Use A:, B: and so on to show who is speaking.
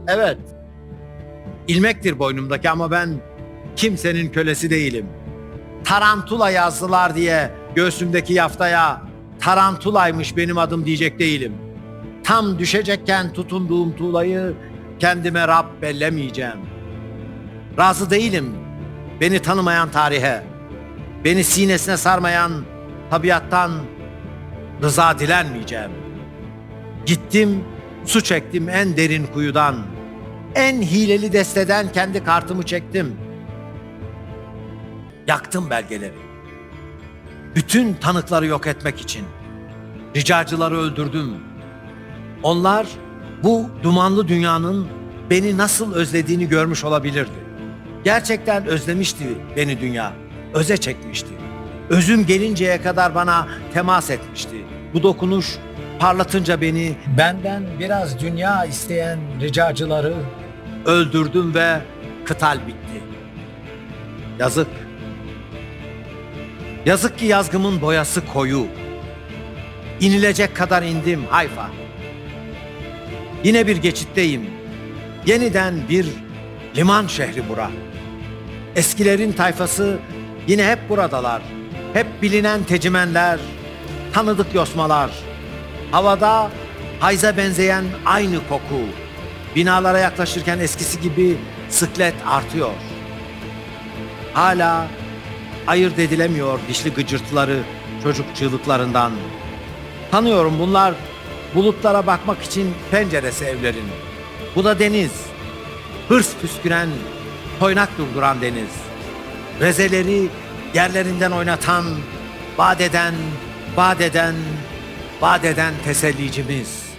A: Evet, ilmektir boynumdaki ama ben kimsenin kölesi değilim. Tarantula yazdılar diye göğsümdeki yaftaya tarantulaymış benim adım diyecek değilim. Tam düşecekken tutunduğum tuğlayı kendime Rab bellemeyeceğim. Razı değilim beni tanımayan tarihe, beni sinesine sarmayan tabiattan rıza dilenmeyeceğim. Gittim, su çektim en derin kuyudan. En hileli desteden kendi kartımı çektim. Yaktım belgeleri. Bütün tanıkları yok etmek için. Ricacıları öldürdüm. Onlar bu dumanlı dünyanın beni nasıl özlediğini görmüş olabilirdi. Gerçekten özlemişti beni dünya. Öze çekmişti. Özüm gelinceye kadar bana temas etmişti. Bu dokunuş parlatınca beni, benden biraz dünya isteyen ricacıları öldürdüm ve kıtal bitti. Yazık. Yazık ki yazgımın boyası koyu. İnilecek kadar indim Hayfa. Yine bir geçitteyim. Yeniden bir liman şehri bura. Eskilerin tayfası yine hep buradalar. Hep bilinen tecimenler, tanıdık yosmalar. Havada hayza benzeyen aynı koku. Binalara yaklaşırken eskisi gibi sıklet artıyor. Hala ayırt edilemiyor dişli gıcırtıları çocuk çığlıklarından. Tanıyorum bunlar bulutlara bakmak için penceresi evlerin. Bu da deniz. Hırs püsküren, toynak durduran deniz. Rezeleri yerlerinden oynatan, vaat eden tesellicimiz.